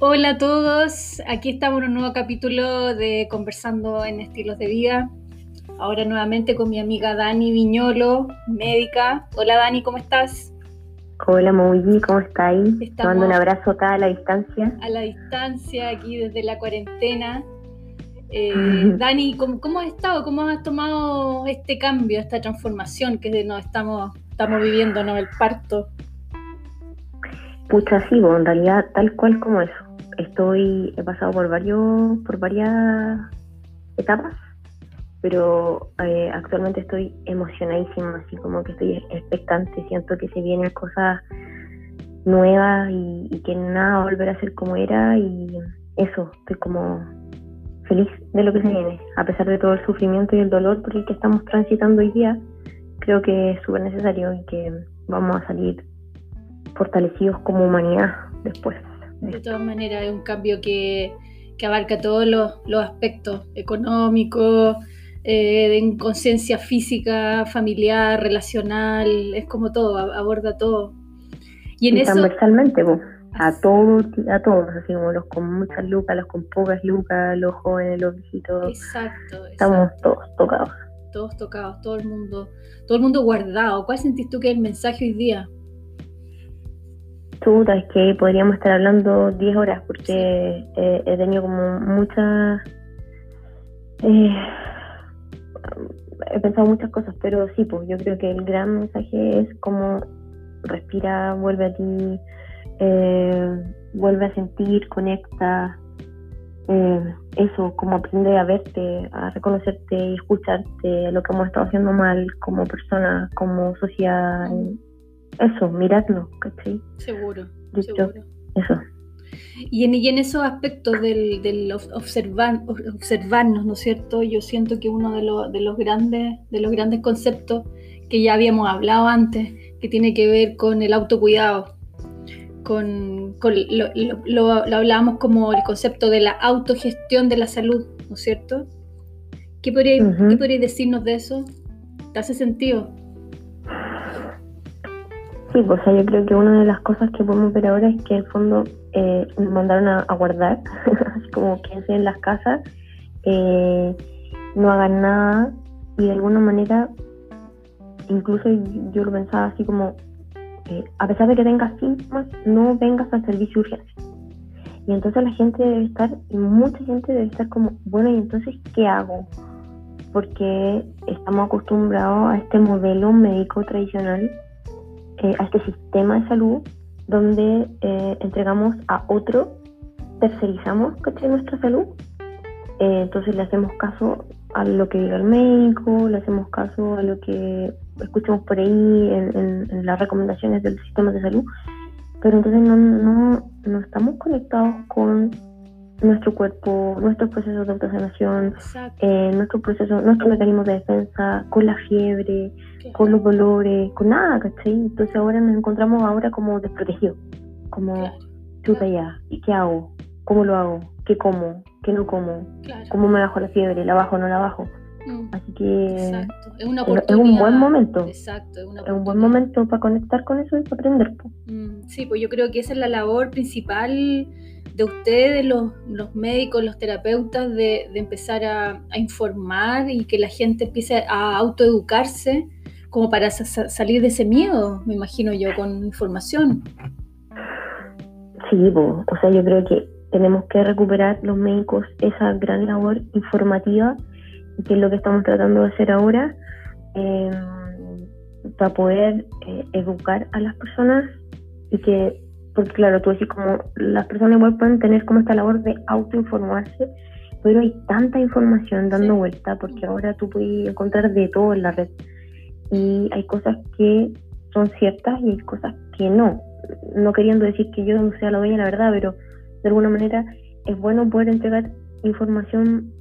Hola a todos, aquí estamos en un nuevo capítulo de Conversando en Estilos de Vida. Ahora nuevamente con mi amiga Dani Viñolo, médica. Hola Dani, ¿cómo estás? Hola Mouyi, ¿cómo estáis? Te mando un Estamos abrazo acá a la distancia. a la distancia aquí desde la cuarentena. Dani, ¿cómo has estado? ¿Cómo has tomado este cambio, esta transformación que nos estamos viviendo, ¿no? El parto. Pucha, sí, en realidad tal cual como eso. He pasado por varias etapas, pero actualmente estoy emocionadísima, así como que estoy expectante, siento que se vienen cosas nuevas y que nada va a volver a ser como era y eso, estoy como feliz de lo que se viene, a pesar de todo el sufrimiento y el dolor por el que estamos transitando hoy día. Creo que es súper necesario y que vamos a salir fortalecidos como humanidad después de De esto. todas maneras, es un cambio que abarca todos los aspectos económicos, de conciencia física, familiar, relacional, es como todo, aborda todo. Y en Y eso, transversalmente, pues, as- a todos, así como los con muchas lucas, los con pocas lucas, los jóvenes, los viejitos, exacto, estamos exacto, todos tocados. todos tocados, todo el mundo guardado. ¿Cuál sentís tú que es el mensaje hoy día? Chuta, es que podríamos estar hablando 10 horas Sí, porque he tenido como muchas, eh, he pensado muchas cosas, pero sí, pues yo creo que el gran mensaje es como respira, vuelve a ti, vuelve a sentir, conecta, eso, como aprender a verte, a reconocerte y escucharte, lo que hemos estado haciendo mal como persona, como sociedad, mm, eso, mirarlo, ¿cachai? seguro, Yo creo, seguro. eso. Y en esos aspectos del observarnos, ¿no es cierto? Yo siento que uno de los grandes conceptos que ya habíamos hablado antes, que tiene que ver con el autocuidado, lo hablábamos como el concepto de la autogestión de la salud, ¿no es cierto? ¿Qué Ujú. podríais decirnos de eso? ¿Te hace sentido? Sí, pues o sea, yo creo que una de las cosas que podemos ver ahora es que en el fondo nos mandaron a guardar, así como quédense en las casas, eh, no hagan nada y de alguna manera, incluso yo lo pensaba así como, a pesar de que tengas síntomas, no vengas al servicio de urgencia. Y entonces la gente debe estar, y mucha gente debe estar como, bueno, ¿y entonces qué hago? Porque estamos acostumbrados a este modelo médico tradicional, a este sistema de salud, donde entregamos a otro, tercerizamos, ¿cachai? Nuestra salud. Entonces le hacemos caso a lo que diga el médico, le hacemos caso a lo que escuchamos por ahí en las recomendaciones del sistema de salud, pero entonces no estamos conectados con nuestro cuerpo, nuestros procesos de autosanación, Exacto. nuestros mecanismos de defensa, con la fiebre, Claro, con los dolores, con nada, ¿cachai? Entonces ahora nos encontramos ahora como desprotegidos, como claro, chuta claro, ya, ¿y qué hago? ¿Cómo lo hago? ¿Qué como? ¿Qué no como? claro. ¿Cómo me bajo la fiebre? ¿La bajo o no la bajo? Mm, Así que exacto. Es una es un buen oportunidad. momento, Exacto, es una es un buen oportunidad. momento para conectar con eso y para aprender. Po. Sí, pues yo creo que esa es la labor principal de ustedes, los médicos, los terapeutas, de empezar a informar y que la gente empiece a autoeducarse como para salir de ese miedo, me imagino yo, con información. Sí, po. O sea, yo creo que tenemos que recuperar los médicos esa gran labor informativa, que es lo que estamos tratando de hacer ahora, eh, para poder educar a las personas y que, porque claro, tú decís como las personas igual pueden tener como esta labor de autoinformarse, pero hay tanta información dando Sí. vuelta, porque ahora tú puedes encontrar de todo en la red y hay cosas que son ciertas y hay cosas que no. No queriendo decir que yo no sea la dueña de la verdad, pero de alguna manera es bueno poder entregar información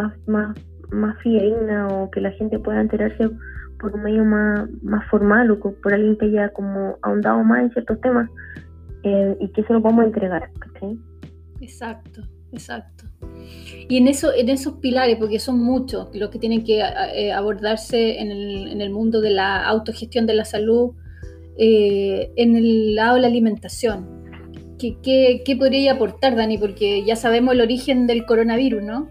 más fidedigna o que la gente pueda enterarse por un medio más formal o por alguien que haya como ahondado más en ciertos temas, y que eso lo podamos entregar, ¿cachai? Exacto, exacto. Y en esos pilares, porque son muchos los que tienen que abordarse en el mundo de la autogestión de la salud, en el lado de la alimentación. ¿Qué podría aportar, Dani? Porque ya sabemos el origen del coronavirus, ¿no?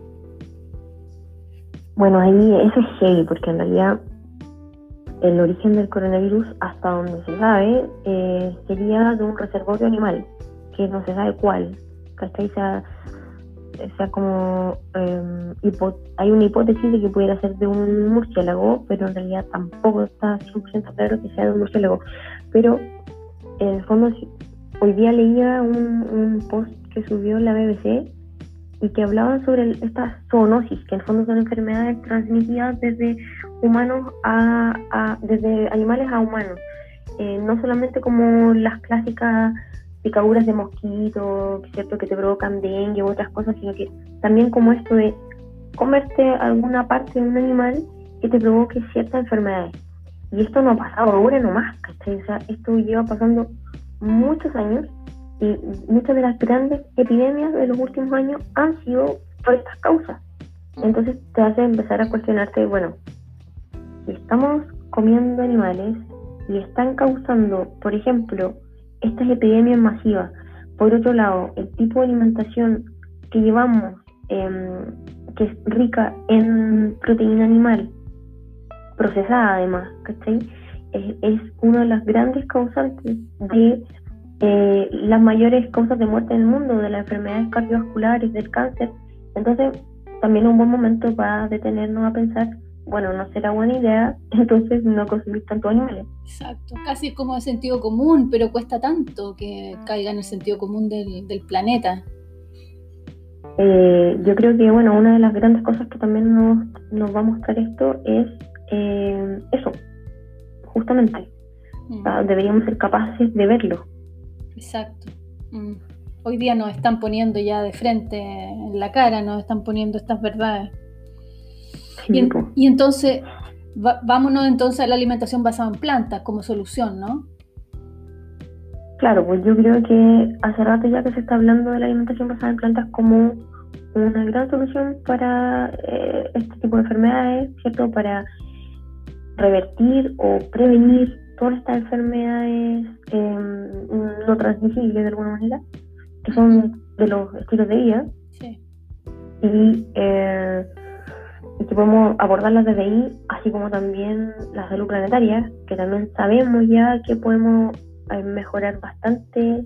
Bueno, ahí eso es heavy, porque en realidad el origen del coronavirus, hasta donde se sabe, sería de un reservorio animal, que no se sabe cuál, ¿cachai? Sea como hay una hipótesis de que pudiera ser de un murciélago, pero en realidad tampoco está 100% claro que sea de un murciélago. Pero en el fondo, hoy día leía un post que subió la BBC y que hablaban sobre estas zoonosis, que en el fondo son enfermedades transmitidas desde humanos desde animales a humanos. No solamente como las clásicas picaduras de mosquito, ¿cierto?, que te provocan dengue u otras cosas, sino que también como esto de comerte alguna parte de un animal que te provoque ciertas enfermedades. Y esto no ha pasado ahora nomás, ¿cachai? O sea, esto lleva pasando muchos años y muchas de las grandes epidemias de los últimos años han sido por estas causas. Entonces te hace empezar a cuestionarte, bueno, si estamos comiendo animales y están causando, por ejemplo, estas epidemias masivas, por otro lado, el tipo de alimentación que llevamos, que es rica en proteína animal, procesada además, ¿cachai? Es una de las grandes causantes de las mayores causas de muerte en el mundo, de las enfermedades cardiovasculares, del cáncer. Entonces, también es un buen momento para detenernos a pensar, bueno, no será buena idea, entonces no consumir tantos animales. Exacto, casi es como de sentido común, pero cuesta tanto que caiga en el sentido común del planeta. Yo creo que, bueno, una de las grandes cosas que también nos va a mostrar esto es eso, justamente. O sea, deberíamos ser capaces de verlo. Exacto. Hoy día nos están poniendo ya de frente en la cara, nos están poniendo estas verdades. Sí, y entonces, vámonos entonces a la alimentación basada en plantas como solución, ¿no? Claro, pues yo creo que hace rato ya que se está hablando de la alimentación basada en plantas como una gran solución para este tipo de enfermedades, ¿cierto? Para revertir o prevenir todas estas enfermedades no transmisibles de alguna manera, que son de los estilos de vida. Sí. Y que podemos abordarlas desde ahí, así como también la salud planetaria, que también sabemos ya que podemos mejorar bastante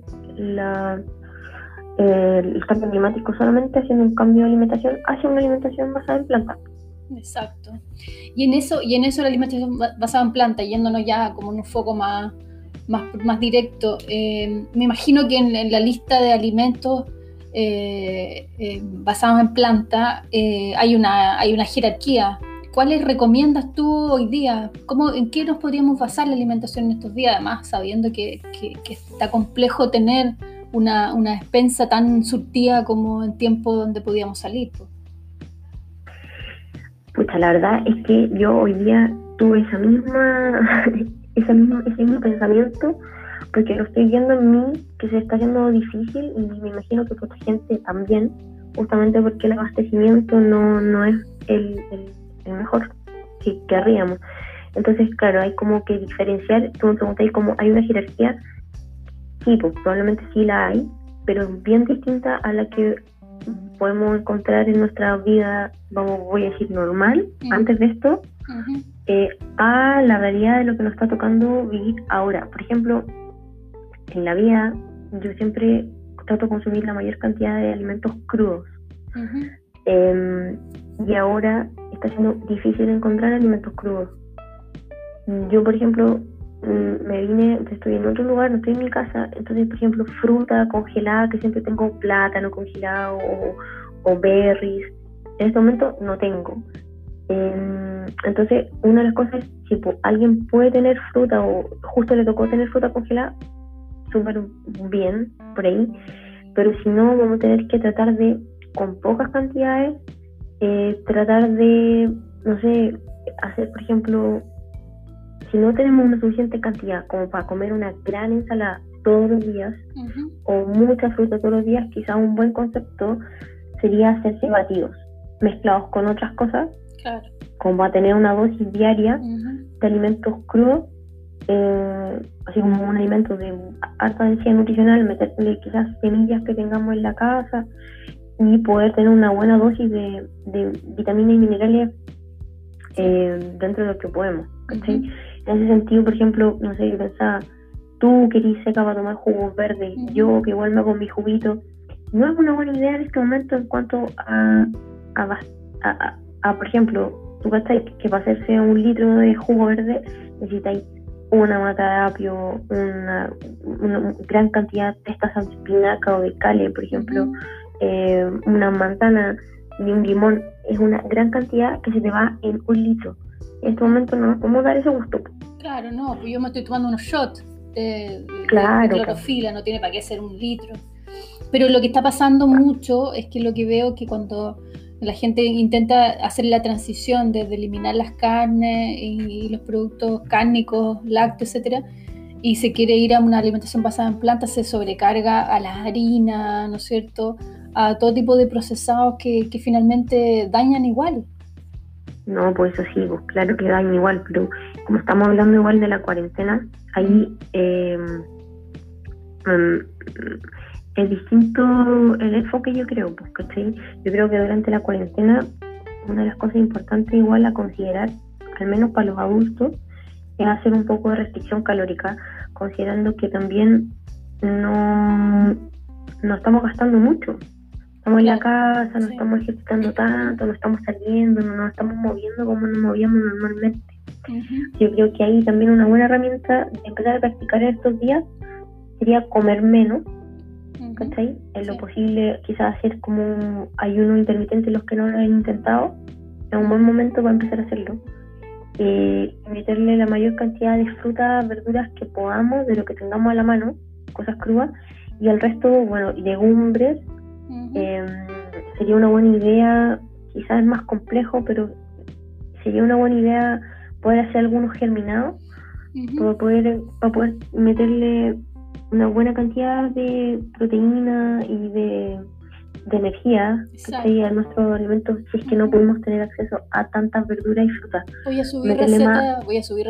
el cambio climático solamente haciendo un cambio de alimentación hacia una alimentación basada en plantas. Exacto. Y en eso la alimentación basada en plantas, yéndonos ya como en un foco más directo, me imagino que en la lista de alimentos basados en plantas hay una jerarquía. ¿Cuáles recomiendas tú hoy día? ¿En qué nos podríamos basar la alimentación en estos días? Además, sabiendo que está complejo tener una despensa tan surtida como en tiempos donde podíamos salir. Pucha, la verdad es que yo hoy día tuve ese mismo pensamiento, porque lo estoy viendo en mí, que se está haciendo difícil, y me imagino que otra gente también, justamente porque el abastecimiento no es el mejor que querríamos. Entonces, claro, hay como que diferenciar. Tú me preguntáis cómo hay una jerarquía. Sí, pues probablemente sí la hay, pero es bien distinta a la que podemos encontrar en nuestra vida, voy a decir normal, antes de esto, a la realidad de lo que nos está tocando vivir ahora. Por ejemplo, en la vida yo siempre trato de consumir la mayor cantidad de alimentos crudos, y ahora está siendo difícil encontrar alimentos crudos. Yo, por ejemplo, estoy en otro lugar, no estoy en mi casa, entonces, por ejemplo, fruta congelada, que siempre tengo plátano congelado o berries, en este momento no tengo. Entonces, una de las cosas es, si alguien puede tener fruta o justo le tocó tener fruta congelada, súper bien por ahí, pero si no, vamos a tener que tratar de, con pocas cantidades, tratar de, no sé, hacer, por ejemplo, si no tenemos una suficiente cantidad como para comer una gran ensalada todos los días, o mucha fruta todos los días, quizás un buen concepto sería hacerse batidos mezclados con otras cosas, claro, como para tener una dosis diaria de alimentos crudos, así como un alimento de alta densidad nutricional, meterle quizás semillas que tengamos en la casa y poder tener una buena dosis de vitaminas y minerales dentro de lo que podemos, ¿cachai? En ese sentido, por ejemplo, no sé, yo pensaba, tú que eres seca para tomar jugos verdes, yo que igual me hago mi juguito, no es una buena idea en este momento en cuanto a por ejemplo, tú sabes que para hacerse 1 litro de jugo verde necesitáis una mata de apio, una gran cantidad de estas espinaca o de cale, por ejemplo, una manzana y un limón, es una gran cantidad que se te va en 1 litro. En este momento no nos podemos dar ese gusto. Claro, no, pues yo me estoy tomando unos shots de clorofila, no tiene para qué ser 1 litro. Pero lo que está pasando mucho es que lo que veo es que cuando la gente intenta hacer la transición desde eliminar las carnes y los productos cárnicos, lácteos, etcétera, y se quiere ir a una alimentación basada en plantas, se sobrecarga a las harinas, ¿no es cierto?, a todo tipo de procesados que finalmente dañan igual. No, pues eso sí, pues claro que dañan igual, pero como estamos hablando igual de la cuarentena, ahí es distinto el enfoque, yo creo, pues, ¿cachai? Yo creo que durante la cuarentena una de las cosas importantes igual a considerar, al menos para los adultos, es hacer un poco de restricción calórica, considerando que también no estamos gastando mucho. Estamos en la casa, no estamos ejercitando tanto, no estamos saliendo, no nos estamos moviendo como nos movíamos normalmente. Yo creo que ahí también una buena herramienta de empezar a practicar en estos días sería comer menos, ¿cachai? En lo posible, quizás hacer como un ayuno intermitente los que no lo han intentado, es un buen momento para empezar a hacerlo. Meterle la mayor cantidad de frutas, verduras que podamos, de lo que tengamos a la mano, cosas crudas, y el resto, bueno, legumbres. Sería una buena idea, quizás es más complejo, pero sería una buena idea poder hacer algunos germinados para poder meterle una buena cantidad de proteína y de energía a nuestros alimentos, si es que no podemos tener acceso a tantas verduras y frutas. Voy a subir recetas de eso.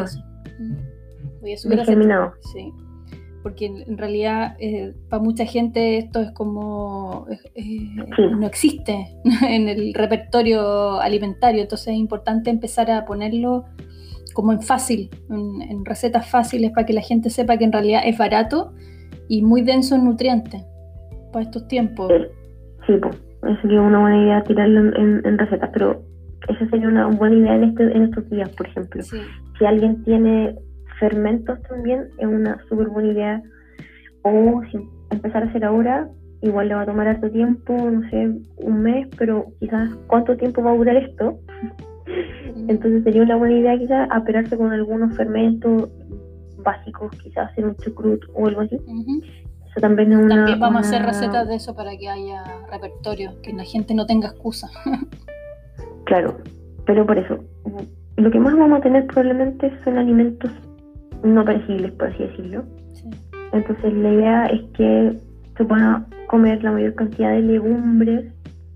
Voy a subir recetas. Sí. Porque en realidad para mucha gente esto es como no existe en el repertorio alimentario, entonces es importante empezar a ponerlo como en fácil, en recetas fáciles para que la gente sepa que en realidad es barato y muy denso en nutrientes para estos tiempos. Sí, pues, eso sería una buena idea tirarlo en recetas, pero esa sería una buena idea en estos días, por ejemplo. Sí. Si alguien tiene fermentos también, es una súper buena idea. O si empezar a hacer ahora, igual le va a tomar harto tiempo, no sé, 1 mes, pero quizás ¿cuánto tiempo va a durar esto? Entonces sería una buena idea quizás aperarse con algunos fermentos básicos, quizás hacer un chucrut o algo así. Eso también es También vamos a hacer recetas de eso para que haya repertorio, que la gente no tenga excusa. Claro, pero por eso, lo que más vamos a tener probablemente son alimentos no perecibles, por así decirlo. Sí. Entonces la idea es que se pueda comer la mayor cantidad de legumbres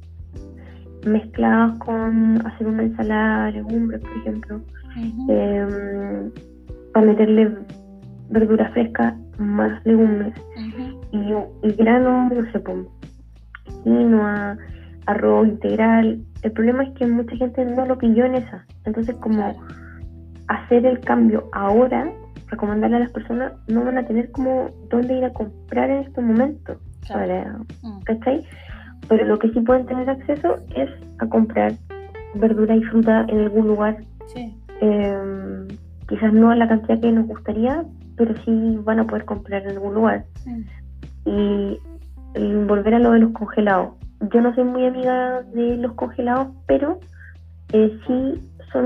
mezcladas con hacer una ensalada de legumbres, por ejemplo, para meterle verduras frescas, más legumbres y granos, no sé, quinoa, arroz integral. El problema es que mucha gente no lo pilló en esa, entonces como hacer el cambio ahora, recomendarle a las personas, no van a tener como dónde ir a comprar en estos momentos, ¿cachai? Pero lo que sí pueden tener acceso es a comprar verdura y fruta en algún lugar. Sí. Quizás no en la cantidad que nos gustaría, pero sí van a poder comprar en algún lugar. Y volver a lo de los congelados. Yo no soy muy amiga de los congelados, pero sí son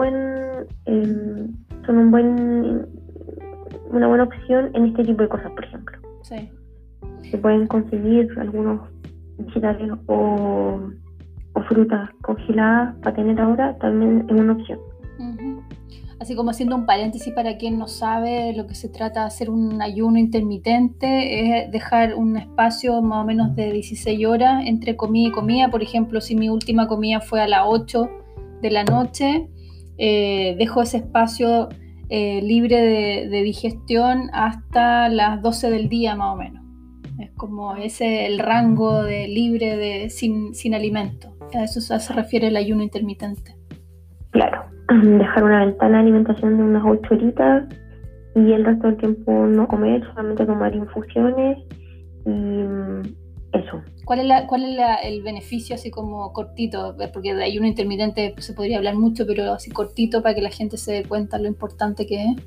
una buena opción en este tipo de cosas, por ejemplo. Sí. Se pueden conseguir algunos vegetales o frutas congeladas para tener ahora, también es una opción. Así como haciendo un paréntesis para quien no sabe, lo que se trata de hacer un ayuno intermitente es dejar un espacio más o menos de 16 horas entre comida y comida. Por ejemplo, si mi última comida fue a las 8 de la noche, dejo ese espacio libre de digestión hasta las 12 del día más o menos. Es como ese el rango de libre de sin alimento. A eso se refiere el ayuno intermitente. Claro, dejar una ventana de alimentación de unas 8 horitas y el resto del tiempo no comer, solamente tomar infusiones y eso. ¿Cuál es el beneficio así como cortito? Porque de ayuno intermitente se podría hablar mucho, pero así cortito para que la gente se dé cuenta lo importante que es.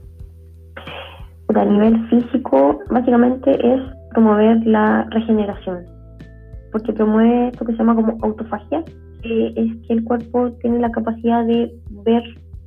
A nivel físico, básicamente es promover la regeneración, porque promueve esto que se llama como autofagia, que es que el cuerpo tiene la capacidad de ver,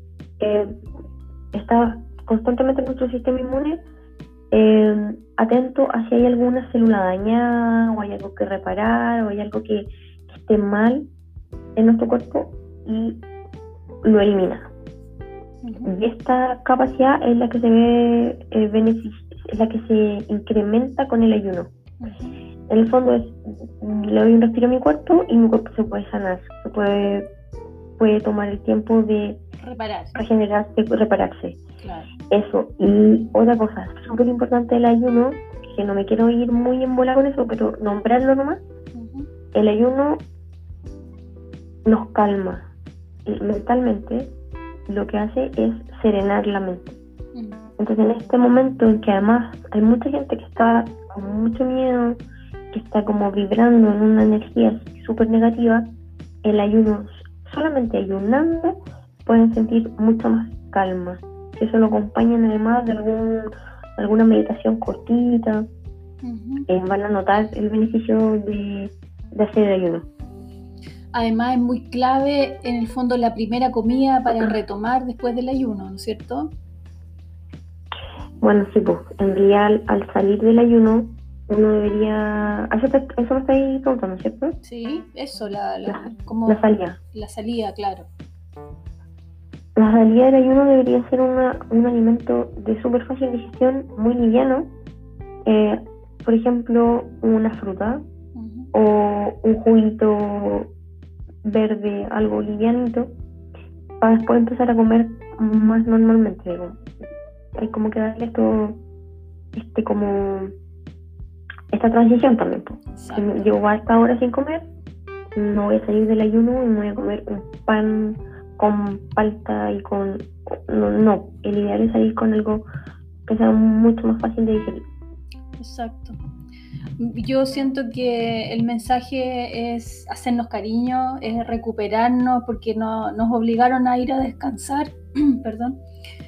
está constantemente nuestro sistema inmune atento a si hay alguna célula dañada o hay algo que reparar o hay algo que esté mal en nuestro cuerpo y lo elimina. Y esta capacidad es la que se ve es la que se incrementa con el ayuno. En el fondo es, le doy un respiro a mi cuerpo y mi cuerpo se puede sanar, puede tomar el tiempo de regenerarse, repararse. Claro. Eso. Y otra cosa súper importante del ayuno, que no me quiero ir muy en bola con eso, pero nombrarlo nomás, el ayuno nos calma y mentalmente. Lo que hace es serenar la mente. Entonces en este momento en que además hay mucha gente que está con mucho miedo, que está como vibrando en una energía súper negativa, el ayuno, solamente ayunando, pueden sentir mucha más calma. Eso lo acompañan además de alguna meditación cortita, van a notar el beneficio de hacer el ayuno. Además es muy clave en el fondo la primera comida para retomar después del ayuno, ¿no es cierto? Bueno, sí, pues en realidad al salir del ayuno uno debería... Eso me estáis preguntando, ¿cierto? Sí, eso, la salida. La salida, claro. La salida del ayuno debería ser un alimento de súper fácil digestión, muy liviano. Por ejemplo, una fruta o un juguito verde, algo livianito, para después empezar a comer más normalmente. Digo. Hay como que darle esta transición también. Llevo hasta ahora sin comer, no voy a salir del ayuno y me voy a comer un pan con palta y con... No, el ideal es salir con algo que sea mucho más fácil de digerir. Exacto. Yo siento que el mensaje es hacernos cariño, es recuperarnos, porque nos obligaron a ir a descansar, perdón,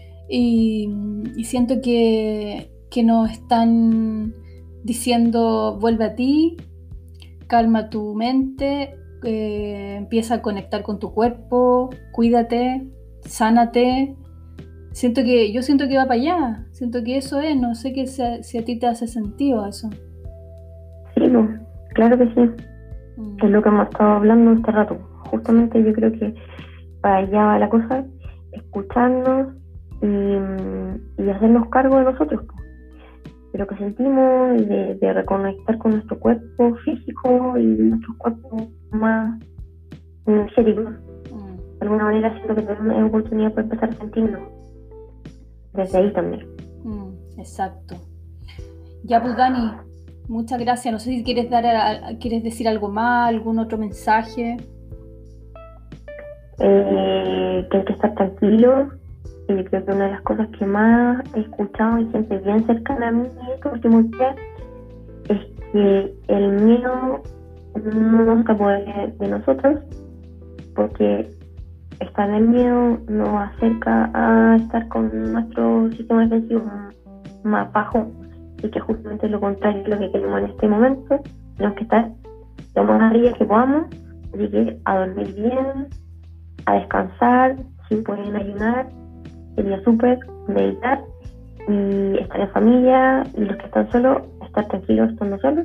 y siento que nos están diciendo vuelve a ti, calma tu mente, empieza a conectar con tu cuerpo, cuídate, sánate. Yo siento que va para allá, siento que eso es, no sé si a ti te hace sentido eso. Sí, no, claro que sí. Es lo que hemos estado hablando este rato. Justamente yo creo que para allá va la cosa, escucharnos y hacernos cargo de nosotros, de lo que sentimos, de reconectar con nuestro cuerpo físico y nuestro cuerpo más energético. De alguna manera siento que tenemos una oportunidad para empezar a sentirnos desde ahí también. Exacto. Ya pues Dani, muchas gracias. No sé si quieres decir algo más, algún otro mensaje. Que hay que estar tranquilo. Y yo creo que una de las cosas que más he escuchado y gente bien cercana a mí estos últimos días es que el miedo no nos apodera de nosotros, porque estar en el miedo nos acerca a estar con nuestro sistema defensivo más bajo, y que justamente lo contrario es lo que queremos en este momento. Tenemos que estar lo más arriba que podamos, así que a dormir bien, a descansar, si pueden ayunar sería súper, meditar y estar en familia, y los que están solos, estar tranquilos estando solos.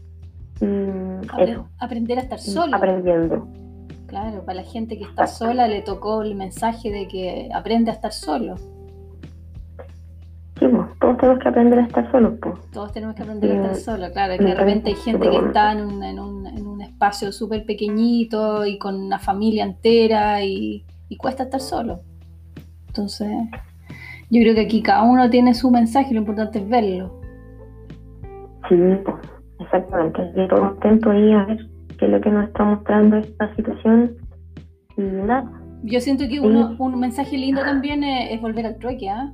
Aprender a estar solo. Aprendiendo. Claro, para la gente que está sola le tocó el mensaje de que aprende a estar solo. Sí, pues, todos tenemos que aprender a estar solos, pues. Todos tenemos que aprender a estar solos, claro, que de repente hay gente que está en un espacio súper pequeñito y con una familia entera y cuesta estar solo. Entonces, Yo creo que aquí cada uno tiene su mensaje, lo importante es verlo. Sí, pues, exactamente. Estoy todo atento ahí a ver qué es lo que nos está mostrando esta situación y nada. Yo siento que un mensaje lindo también es volver al trueque, ¿ah?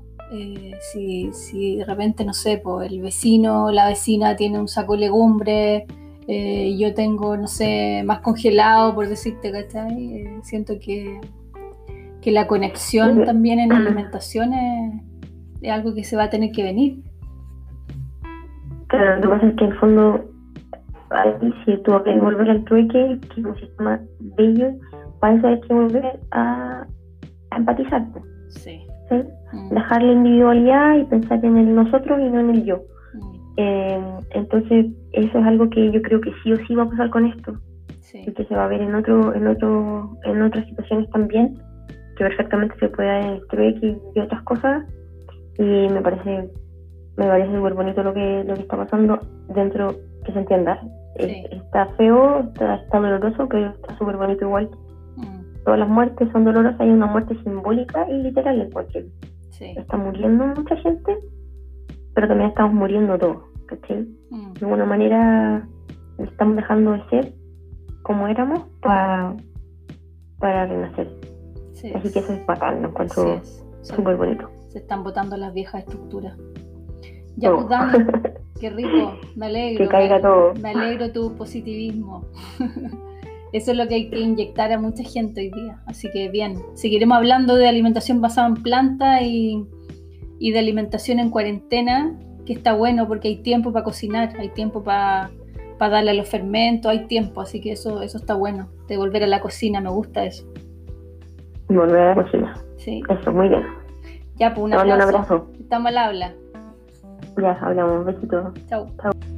Si de repente, no sé, pues el vecino, la vecina tiene un saco de legumbre, yo tengo, no sé, más congelado, por decirte, ¿cachai? Siento que la conexión también en alimentación es algo que se va a tener que venir. Claro, lo que pasa es que en el fondo, ahí si tú quieres volver al trueque, que es un sistema bello, para eso hay que volver a empatizar. Sí. ¿Sí? Dejar la individualidad y pensar en el nosotros y no en el yo. Entonces, eso es algo que yo creo que sí o sí va a pasar con esto. Sí. Y que se va a ver en otras situaciones también, que perfectamente se puede dar en el trueque y otras cosas. Y me parece súper bonito lo que está pasando dentro, que se entienda. Sí. Está feo, está doloroso, pero está súper bonito igual. Todas las muertes son dolorosas, hay una muerte simbólica y literal en cualquier. Sí. Está muriendo mucha gente, pero también estamos muriendo todos, ¿cachai? De alguna manera estamos dejando de ser como éramos para renacer. Sí. Así que eso es bacán, lo encuentro súper bonito. Se están botando las viejas estructuras. Ya, pues Dani, qué rico, me alegro. Que caiga todo. Me alegro tu positivismo. Eso es lo que hay que inyectar a mucha gente hoy día. Así que bien, seguiremos hablando de alimentación basada en plantas y de alimentación en cuarentena, que está bueno porque hay tiempo para cocinar, hay tiempo para darle a los fermentos, hay tiempo, así que eso está bueno, de volver a la cocina, me gusta eso. Volver a la cocina. Sí. Eso, muy bien. Ya, pues un abrazo. Un abrazo. Estamos al habla. Ya, hablamos, besitos. Chau.